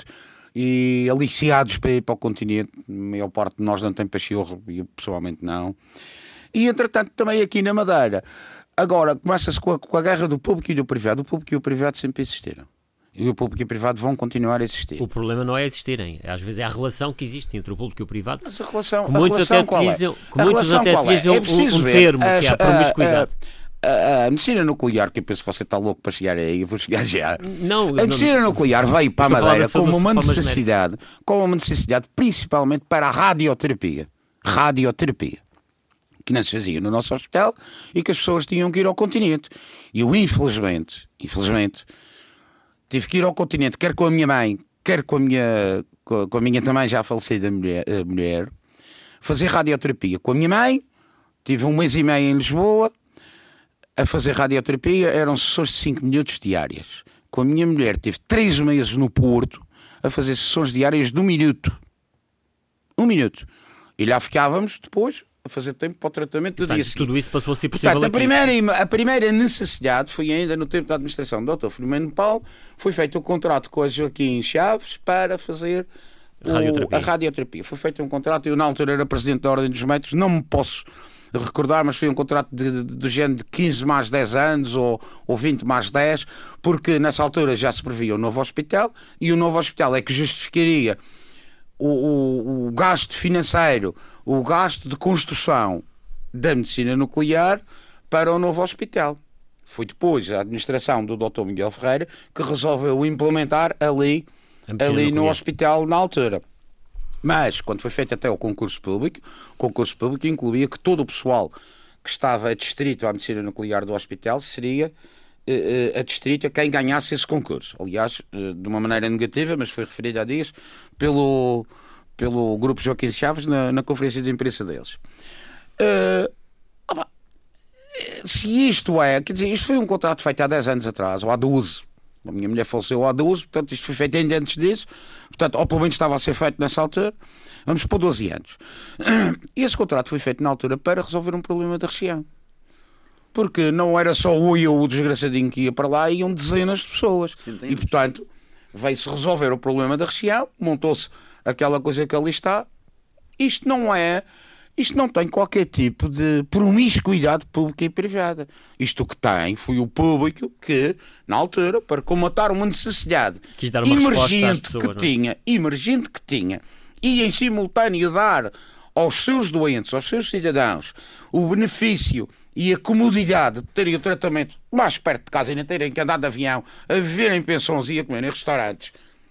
e aliciados para ir para o continente. A maior parte de nós não tem pachorro, e eu pessoalmente não. E entretanto também aqui na Madeira. Agora começa-se com a, com a guerra do público e do privado. O público e o privado sempre existiram. E o público e o privado vão continuar a existir. O problema não é existirem, às vezes é a relação que existe entre o público e o privado. Mas a relação, que a muitos relação até qual utilizam, é? que muitos até utilizam é? É preciso um, um ver termo, as, que é a promiscuidade. A, a, a, a medicina nuclear, que eu penso que você está louco para chegar aí, eu vou chegar já. Não, a medicina não, nuclear veio para a Madeira como uma necessidade, genérica. como uma necessidade principalmente para a radioterapia. Radioterapia. Que não se fazia no nosso hospital e que as pessoas tinham que ir ao continente. E eu, infelizmente, infelizmente, tive que ir ao continente, quer com a minha mãe, quer com a minha, com a minha também já falecida mulher, mulher, fazer radioterapia. Com a minha mãe, tive um mês e meio em Lisboa a fazer radioterapia, eram sessões de cinco minutos diárias. Com a minha mulher, tive três meses no Porto a fazer sessões diárias de um minuto. Um minuto. E lá ficávamos depois a fazer tempo para o tratamento do Portanto, dia seguinte. Tudo isso passou a ser possível. Portanto, a aqui. primeira, a primeira necessidade foi ainda no tempo da administração do doutor Filomeno Paulo, foi feito um contrato com a Joaquim Chaves para fazer o, radioterapia. a radioterapia. Foi feito um contrato, eu na altura era presidente da Ordem dos Médicos, não me posso recordar, mas foi um contrato de, de, do género de quinze mais dez anos ou, ou vinte mais dez, porque nessa altura já se previa o novo hospital, e o novo hospital é que justificaria O, o, o gasto financeiro, o gasto de construção da medicina nuclear para o novo hospital. Foi depois a administração do doutor Miguel Ferreira que resolveu implementar ali, ali no hospital na altura. Mas, quando foi feito até o concurso público, o concurso público incluía que todo o pessoal que estava adstrito à medicina nuclear do hospital seria a distrito a quem ganhasse esse concurso. Aliás, de uma maneira negativa, mas foi referido há dias pelo, pelo grupo Joaquim Chaves na, na conferência de imprensa deles. Uh, opa, se isto é, quer dizer, isto foi um contrato feito há dez anos atrás, ou há doze. A minha mulher faleceu há doze, portanto isto foi feito ainda antes disso, portanto, ou pelo menos estava a ser feito nessa altura. Vamos por doze anos. E esse contrato foi feito na altura para resolver um problema da região. Porque não era só o eu, o desgraçadinho que ia para lá, iam dezenas de pessoas. Sim, e, portanto, veio-se resolver o problema da região, montou-se aquela coisa que ali está. Isto não é... Isto não tem qualquer tipo de promiscuidade pública e privada. Isto o que tem foi o público que, na altura, para comatar uma necessidade Quis dar uma emergente pessoas, que tinha, emergente que tinha, e em simultâneo dar aos seus doentes, aos seus cidadãos, o benefício e a comodidade de terem o tratamento mais perto de casa e não terem que andar de avião, a viver em pensões e a comer em restaurantes,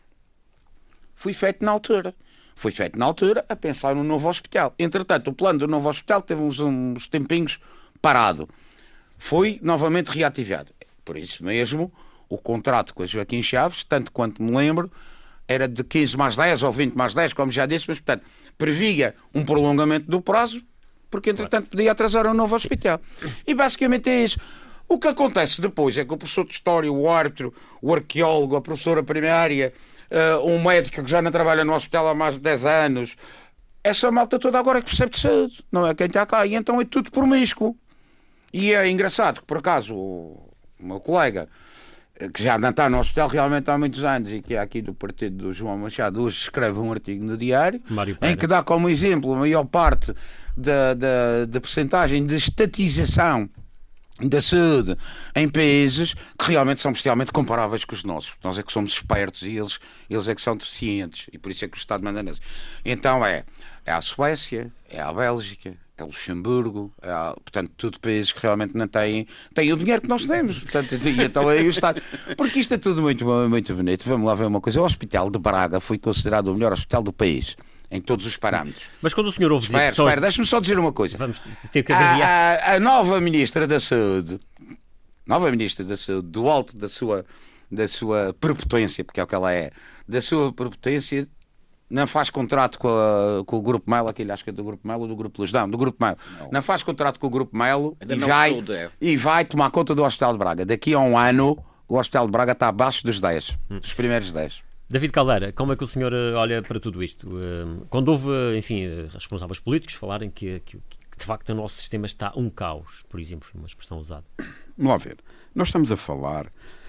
foi feito na altura. Foi feito na altura a pensar no novo hospital. Entretanto, o plano do novo hospital teve uns, uns tempinhos parado. Foi novamente reativado. Por isso mesmo, o contrato com a Joaquim Chaves, tanto quanto me lembro, era de quinze mais dez ou vinte mais dez, como já disse, mas, portanto, previa um prolongamento do prazo, porque, entretanto, podia atrasar um novo hospital. E, basicamente, é isso. O que acontece depois é que o professor de História, o árbitro, o arqueólogo, a professora primária, uh, um médico que já não trabalha no hospital há mais de dez anos, essa malta toda agora é que percebe de saúde, não é quem está cá. E então é tudo promíscuo. E é engraçado que, por acaso, o meu colega, que já não está no hospital realmente há muitos anos e que é aqui do partido do João Machado, hoje escreve um artigo no Diário, em que dá como exemplo a maior parte da, da, da percentagem de estatização da saúde em países que realmente são bestialmente comparáveis com os nossos. Nós é que somos espertos e eles, eles é que são deficientes, e por isso é que o Estado manda neles. Então é, é a Suécia, é a Bélgica, é o Luxemburgo, é a, portanto, tudo países que realmente não têm, têm o dinheiro que nós temos. Portanto, e então é o Estado. Porque isto é tudo muito, muito bonito. Vamos lá ver uma coisa. O Hospital de Braga foi considerado o melhor hospital do país, em todos os parâmetros. Mas quando o senhor ouve espera, pessoas... espera, deixa-me só dizer uma coisa. Vamos ter que a, avaliar. a, a nova Ministra da Saúde, nova Ministra da Saúde, do alto da sua, da sua prepotência, porque é o que ela é, da sua prepotência, não faz contrato com, a, com o Grupo Melo, aquele acho que é do Grupo Melo ou do Grupo Luz, não, do Grupo Melo. Não, não faz contrato com o Grupo Melo e vai, e vai tomar conta do Hospital de Braga. Daqui a um ano, o Hospital de Braga está abaixo dos dez, hum. dos primeiros dez. David Caldeira, como é que o senhor olha para tudo isto? Quando houve, enfim, responsáveis políticos falarem que, que, que de facto o nosso sistema está um caos, por exemplo, foi uma expressão usada. Vamos lá ver. Nós estamos a falar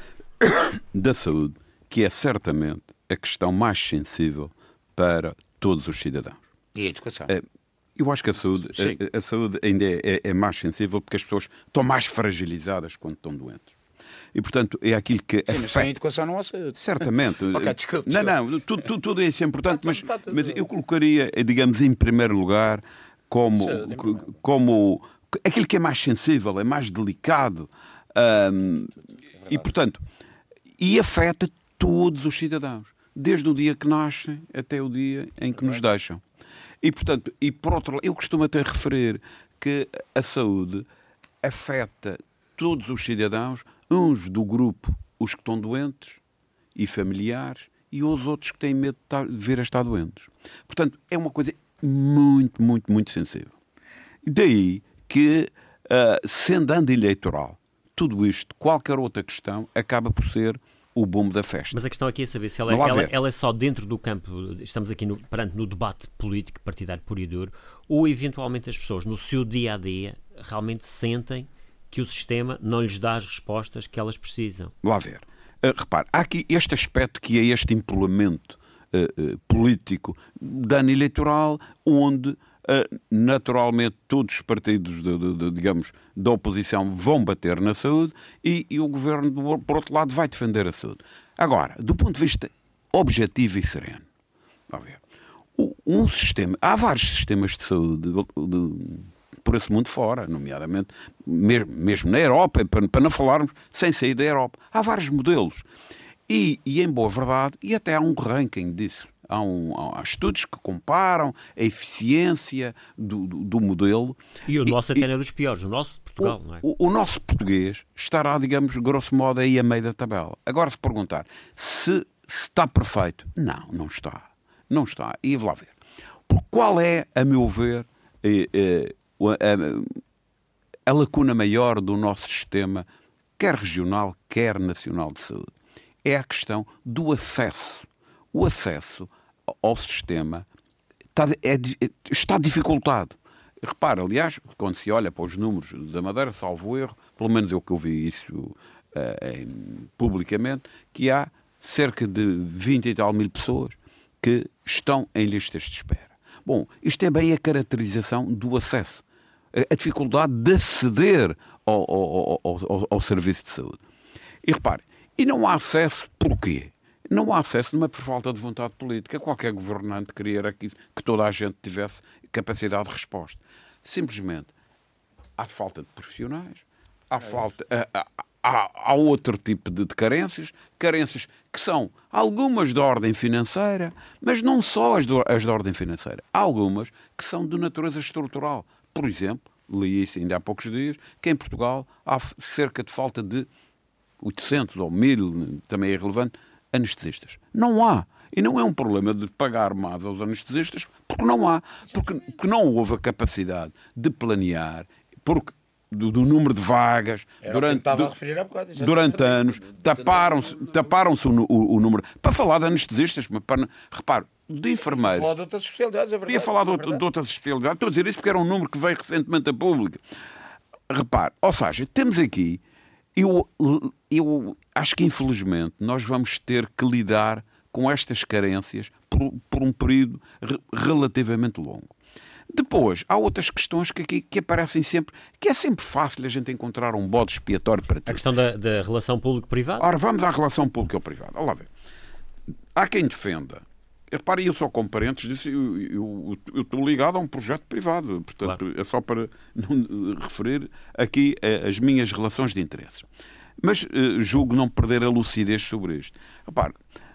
da saúde, que é certamente a questão mais sensível para todos os cidadãos. E a educação? Eu acho que a saúde, a, a saúde ainda é, é mais sensível porque as pessoas estão mais fragilizadas quando estão doentes. E, portanto, é aquilo que... Sim, afeta... mas sem educação não há saúde. Certamente. Ok, desculpe, não, não, tudo, tudo, tudo isso é importante, mas, mas eu colocaria, digamos, em primeiro lugar, como, como aquilo que é mais sensível, é mais delicado, um, e, portanto, e afeta todos os cidadãos, desde o dia que nascem até o dia em que nos deixam. E, portanto, e por outro lado, eu costumo até referir que a saúde afeta todos os cidadãos, uns do grupo, os que estão doentes e familiares, e os outros que têm medo de, estar, de vir a estar doentes. Portanto, é uma coisa muito, muito, muito sensível. E daí que, uh, sendo ano eleitoral, tudo isto, qualquer outra questão, acaba por ser o boom da festa. Mas a questão aqui é saber se ela, ela, ela é só dentro do campo, estamos aqui no, perante no debate político, partidário puro e duro, ou eventualmente as pessoas, no seu dia-a-dia, realmente sentem que o sistema não lhes dá as respostas que elas precisam. Lá ver. Uh, repare, há aqui este aspecto que é este empolamento uh, uh, político de ano eleitoral, onde uh, naturalmente todos os partidos de, de, de, digamos, da oposição vão bater na saúde e, e o governo, por outro lado, vai defender a saúde. Agora, do ponto de vista objetivo e sereno, lá ver, um sistema, há vários sistemas de saúde de, de, por esse mundo fora, nomeadamente, mesmo, mesmo na Europa, para, para não falarmos sem sair da Europa. Há vários modelos. E, e, em boa verdade, e até há um ranking disso. Há, um, há estudos que comparam a eficiência do, do, do modelo. E o nosso e, até não é dos piores, o nosso Portugal, o, não é? O, o nosso português estará, digamos, grosso modo, aí a meio da tabela. Agora, se perguntar se, se está perfeito, não, não está. Não está. E vou lá ver. Por qual é, a meu ver, eh, eh, A, a lacuna maior do nosso sistema, quer regional, quer nacional de saúde, é a questão do acesso. O acesso ao sistema está, é, está dificultado. Repara, aliás, quando se olha para os números da Madeira, salvo erro, pelo menos eu que ouvi isso uh, em, publicamente, que há cerca de vinte e tal mil pessoas que estão em listas de espera. Bom, isto é bem a caracterização do acesso. A dificuldade de aceder ao, ao, ao, ao serviço de saúde. E repare, e não há acesso porquê? Não há acesso numa por falta de vontade política. Qualquer governante queria que, que toda a gente tivesse capacidade de resposta. Simplesmente há falta de profissionais, há, falta, há, há, há outro tipo de, de carências, carências que são algumas de ordem financeira, mas não só as de, as de ordem financeira. Há algumas que são de natureza estrutural. Por exemplo, li isso ainda há poucos dias, que em Portugal há cerca de falta de oitocentos ou mil, também é relevante, anestesistas. Não há. E não é um problema de pagar mais aos anestesistas, porque não há. Porque, porque não houve a capacidade de planear, porque do, do número de vagas durante, estava du, a referir há bocado, durante anos, taparam-se taparam-se o, o, o número, para falar de anestesistas, mas para, repare, de enfermeiros. Falar de outras especialidades, é verdade. Podia falar de, é outro, verdade. de outras especialidades. Estou a dizer isso porque era um número que veio recentemente a público. Repare, ou seja, temos aqui, eu, eu acho que infelizmente nós vamos ter que lidar com estas carências por, por um período re, relativamente longo. Depois, há outras questões que, que, que aparecem sempre, que é sempre fácil a gente encontrar um bode expiatório para tudo. A questão da, da relação público-privado? Ora, vamos à relação público-privada. Olha lá ver. Há quem defenda. Repare, eu só como parentes disse, eu, eu, eu estou ligado a um projeto privado. Portanto, claro. É só para não referir aqui as minhas relações de interesse. Mas uh, julgo não perder a lucidez sobre isto. Repare,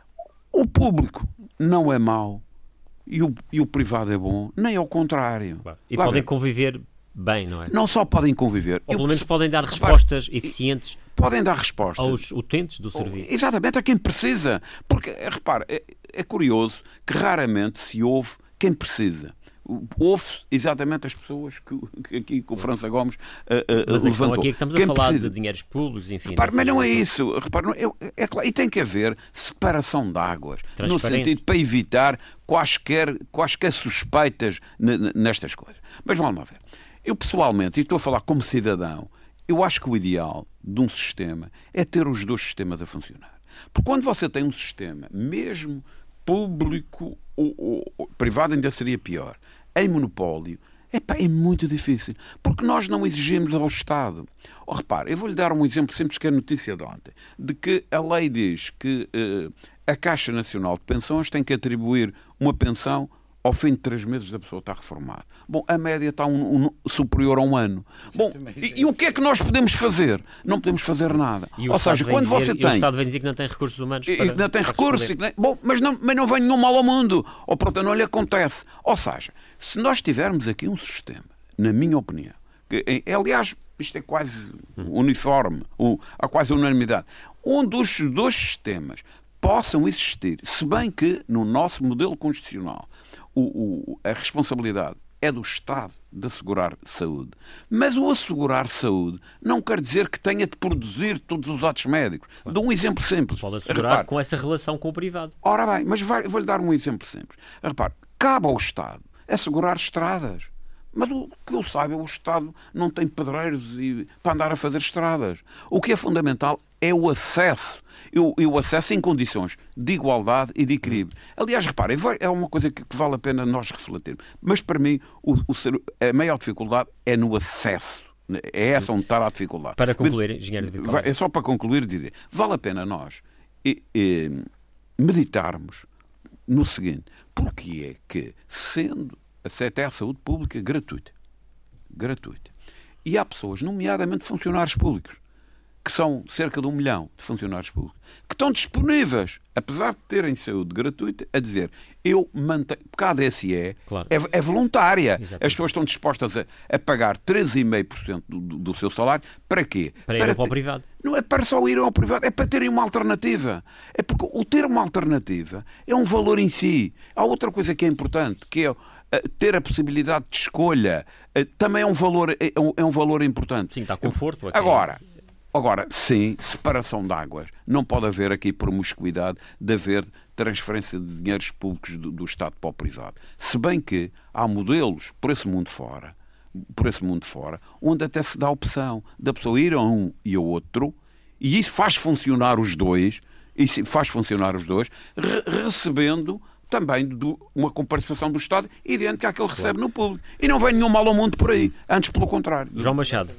o público não é mau. E o, e o privado é bom, nem ao contrário. Claro. E Lá podem ver. conviver bem, não é? Não só podem conviver. Ou eu, pelo menos podem dar repare, respostas eficientes. Podem dar respostas aos utentes do serviço. Ou, exatamente, a quem precisa. Porque, repare, é, é curioso que raramente se ouve quem precisa. Ouve-se exatamente as pessoas que, que aqui que o França Gomes uh, uh, mas a levantou. Aqui é que estamos quem a falar precisa. de dinheiros públicos, enfim. Repare, mas não é isso. Repare, não, é, é claro, e tem que haver separação de águas. No sentido para evitar quaisquer, quaisquer suspeitas nestas coisas. Mas vamos lá ver. Eu pessoalmente, e estou a falar como cidadão, eu acho que o ideal de um sistema é ter os dois sistemas a funcionar. Porque quando você tem um sistema, mesmo público ou, ou, ou privado, ainda seria pior, em monopólio, epá, é muito difícil. Porque nós não exigimos ao Estado. Oh, repare, eu vou-lhe dar um exemplo simples que é a notícia de ontem, de que a lei diz que uh, a Caixa Nacional de Pensões tem que atribuir uma pensão ao fim de três meses da pessoa estar reformada. Bom, a média está um, um, superior a um ano. Bom, e, e o que é que nós podemos fazer? Não podemos fazer nada. Ou Estado seja, quando dizer, você tem... o Estado vem dizer que não tem recursos humanos para... E que não tem recursos. E que não... Bom, mas não, mas não vem nenhum mal ao mundo. Ou, portanto, não lhe acontece. Ou seja, se nós tivermos aqui um sistema, na minha opinião, que, aliás, isto é quase uniforme, há quase unanimidade, onde os dois sistemas possam existir, se bem que no nosso modelo constitucional o, o, a responsabilidade é do Estado de assegurar saúde. Mas o assegurar saúde não quer dizer que tenha de produzir todos os atos médicos. Dou um exemplo simples. Pode assegurar Repare, com essa relação com o privado. Ora bem, mas vai, vou-lhe dar um exemplo simples. Repare, cabe ao Estado assegurar estradas. Mas o que eu saiba, o Estado não tem pedreiros e, para andar a fazer estradas. O que é fundamental é o acesso. E o, e o acesso em condições de igualdade e de equilíbrio. Aliás, reparem, é uma coisa que, que vale a pena nós refletirmos. Mas, para mim, o, o ser, a maior dificuldade é no acesso. É essa onde está a dificuldade. Para concluir, engenheiro de Vitória. É só para concluir, dizer, vale a pena nós e, e, meditarmos no seguinte. Porque é que, sendo até a saúde pública gratuita, gratuita, e há pessoas, nomeadamente funcionários públicos, que são cerca de um milhão de funcionários públicos, que estão disponíveis, apesar de terem saúde gratuita, a dizer, eu mantenho, porque a A D S E claro. é, é voluntária. Exatamente. As pessoas estão dispostas a, a pagar treze vírgula cinco por cento do, do, do seu salário. Para quê? Para ir para o privado. Não é para só ir ao privado, é para terem uma alternativa. É porque o ter uma alternativa é um valor em si. Há outra coisa que é importante, que é ter a possibilidade de escolha. Também é um valor, é um, é um valor importante. Sim, dá conforto. Aqui. Agora... Agora, sim, separação de águas. Não pode haver aqui promiscuidade de haver transferência de dinheiros públicos do, do Estado para o privado. Se bem que há modelos por esse mundo fora, por esse mundo fora, onde até se dá a opção da pessoa ir a um e ao outro, e isso faz funcionar os dois, isso faz funcionar os dois, re recebendo também do, uma comparticipação do Estado idêntica àquele que recebe no público. E não vem nenhum mal ao mundo por aí. Antes, pelo contrário. João Machado.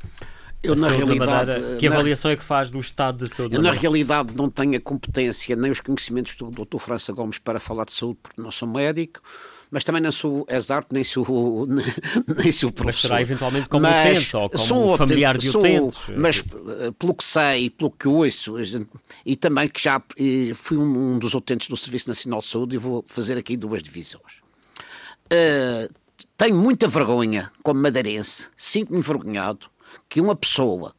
Eu, na realidade, que na, avaliação é que faz do estado de saúde? Eu, na realidade, não tenho a competência nem os conhecimentos do doutor França Gomes para falar de saúde, porque não sou médico, mas também não sou exarto, nem sou, nem, nem sou professor. Mas será eventualmente como mas utente ou como sou familiar de sou, utentes? Mas, pelo que sei, pelo que ouço, e também que já fui um dos utentes do Serviço Nacional de Saúde, e vou fazer aqui duas divisões. Uh, tenho muita vergonha, como madeirense, sinto-me envergonhado que uma pessoa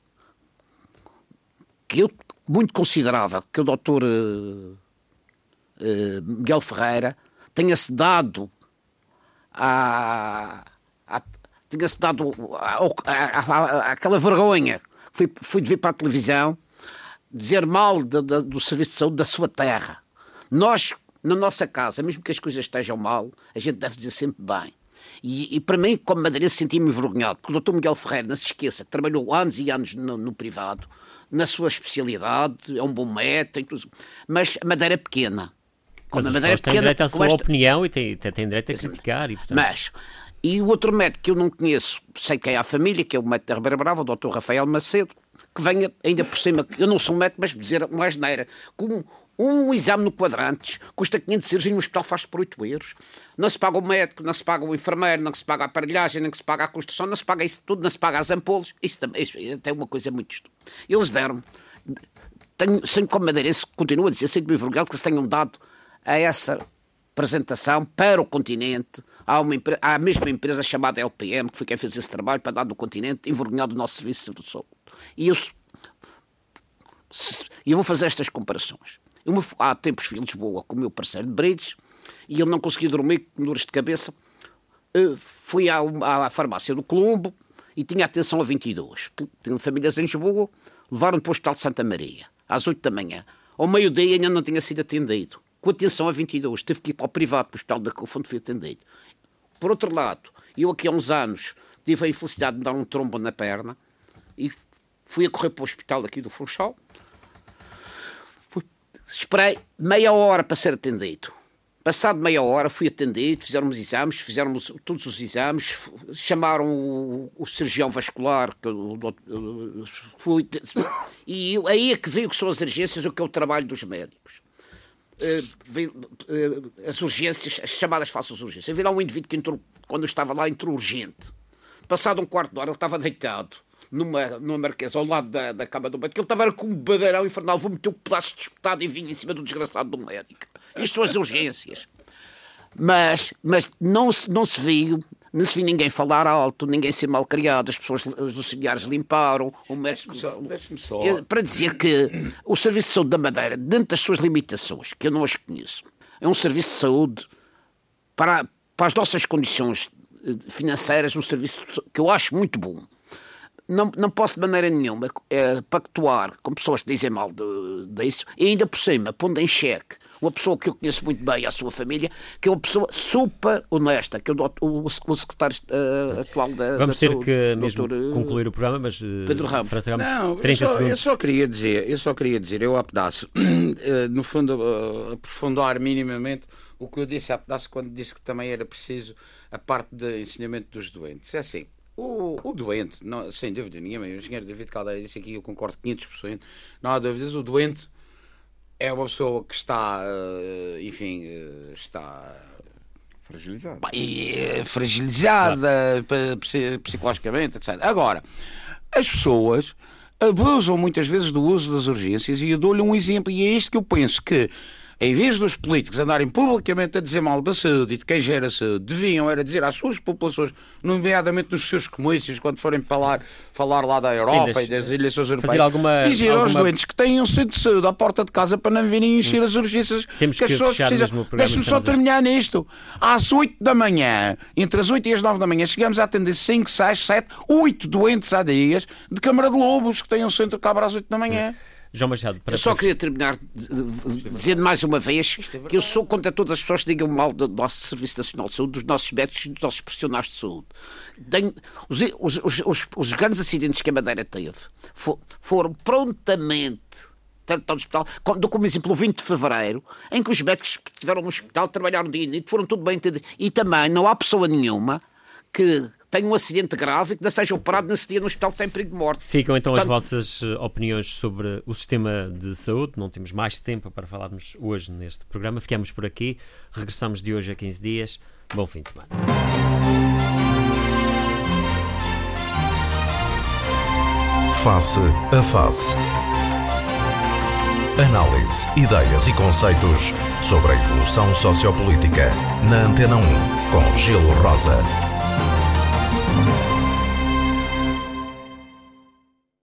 que eu muito considerável, que o doutor uh, uh, Miguel Ferreira, tenha-se dado a, a tinha-se dado aquela vergonha, fui, fui de vir para a televisão, dizer mal de, de, do serviço de saúde da sua terra. Nós, na nossa casa, mesmo que as coisas estejam mal, a gente deve dizer sempre bem. E, e para mim, como madeirense, senti-me envergonhado, porque o doutor Miguel Ferreira, não se esqueça, que trabalhou anos e anos no, no privado, na sua especialidade, é um bom médico, mas a Madeira é pequena. Como mas a Madeira é pequena, têm direito à sua esta... opinião e têm, têm direito a criticar. E, portanto... Mas, e o outro médico que eu não conheço, sei quem é a família, que é o médico da Ribeira Brava, o doutor Rafael Macedo, que venha ainda por cima, eu não sou médico, mas dizer uma asneira, como um exame no Quadrantes custa quinhentos euros e no hospital faz por oito euros. Não se paga o médico, não se paga o enfermeiro, não se paga a aparelhagem, nem se paga a construção, não se paga isso tudo, não se paga as ampolas. Isso também isso é uma coisa muito estúpida. Eles deram, tenho, sempre como madeirense, continuo a dizer, sempre me envergonhado que se tenham dado a essa apresentação para o continente. Há, uma, há a mesma empresa chamada L P M, que foi quem fez esse trabalho para dar no continente, envergonhado do nosso serviço de saúde. E eu, se, eu vou fazer estas comparações. Eu, há tempos fui em Lisboa com o meu parceiro de Brides e ele não conseguia dormir com dores de cabeça. Uh, fui à, à farmácia do Colombo e tinha atenção a vinte e dois. Tinha famílias em Lisboa, levaram-me para o Hospital de Santa Maria, às oito da manhã. Ao meio-dia ainda não tinha sido atendido. Com atenção a vinte e dois. Teve que ir para o privado, para o Hospital da Cofo, onde fui atendido. Por outro lado, eu aqui há uns anos tive a infelicidade de me dar um trombo na perna e fui a correr para o hospital aqui do Funchal. Esperei meia hora para ser atendido. Passado meia hora fui atendido, fizeram os exames, fizeram todos os exames, chamaram o, o cirurgião vascular, que eu, eu, fui, e aí é que veio que são as urgências, o que é o trabalho dos médicos. Uh, veio, uh, as urgências, as chamadas falsas urgências. Eu vi lá um indivíduo que entrou, quando eu estava lá, entrou urgente. Passado um quarto de hora, ele estava deitado numa, numa marquesa ao lado da, da cama do médico, ele estava com um badeirão infernal, vou meter um pedaço de espetado e vinho em cima do desgraçado do médico. Isto são as urgências. Mas, mas não, se, não se viu, não se viu ninguém falar alto, ninguém ser mal criado, as pessoas, os auxiliares limparam, o médico... Deixe-me só... Para dizer que o Serviço de Saúde da Madeira, dentro das suas limitações, que eu não as conheço, é um serviço de saúde para, para as nossas condições financeiras, um serviço que eu acho muito bom. Não, não posso de maneira nenhuma é, pactuar com pessoas que dizem mal de, disso e ainda por cima, pondo em xeque uma pessoa que eu conheço muito bem, a sua família, que é uma pessoa super honesta, que é o, o, o secretário uh, atual da Vamos da ter saúde, que mesmo doutor, concluir o programa, mas uh, Pedro Ramos. França Ramos, não, trinta eu só, segundos. Eu só queria dizer, eu só queria dizer, eu a pedaço, uh, no fundo, uh, aprofundar minimamente o que eu disse a pedaço quando disse que também era preciso a parte de ensinamento dos doentes. É assim, O, o doente, não, sem dúvida nenhuma, o engenheiro David Caldeira disse aqui, eu concordo quinhentos por cento, não há dúvidas, o doente é uma pessoa que está, enfim, está fragilizada, fragilizada psicologicamente, etcétera. Agora, as pessoas abusam muitas vezes do uso das urgências e eu dou-lhe um exemplo e é isto que eu penso que em vez dos políticos andarem publicamente a dizer mal da saúde e de quem gera saúde, deviam era dizer às suas populações, nomeadamente nos seus comícios, quando forem falar, falar lá da Europa Sim, e das ilhas europeias, alguma, dizer alguma... aos doentes que têm um centro de saúde à porta de casa para não virem encher as urgências Temos que as que pessoas precisam. Deixe-me só terminar a... nisto. Às oito da manhã, entre as oito e as nove da manhã, chegamos a atender cinco, seis, sete, oito doentes há dias de Câmara de Lobos, que têm um centro de cabra às oito da manhã. João Machado, para eu só queria terminar dizendo mais uma vez que eu sou contra todas as pessoas que digam mal do nosso Serviço Nacional de Saúde, dos nossos médicos e dos nossos profissionais de saúde. Os, os, os, os grandes acidentes que a Madeira teve foram prontamente, tanto no hospital, dou como exemplo o vinte de fevereiro, em que os médicos estiveram no hospital, trabalharam dia e noite, foram tudo bem entendidos. E também não há pessoa nenhuma que tem um acidente grave e que não seja operado nesse dia no hospital que tem perigo de morte. Ficam então Portanto, as vossas opiniões sobre o sistema de saúde. Não temos mais tempo para falarmos hoje neste programa. Ficamos por aqui. Regressamos de hoje a quinze dias. Bom fim de semana. Face a Face. Análise, ideias e conceitos sobre a evolução sociopolítica. Na Antena um, com Gil Rosa.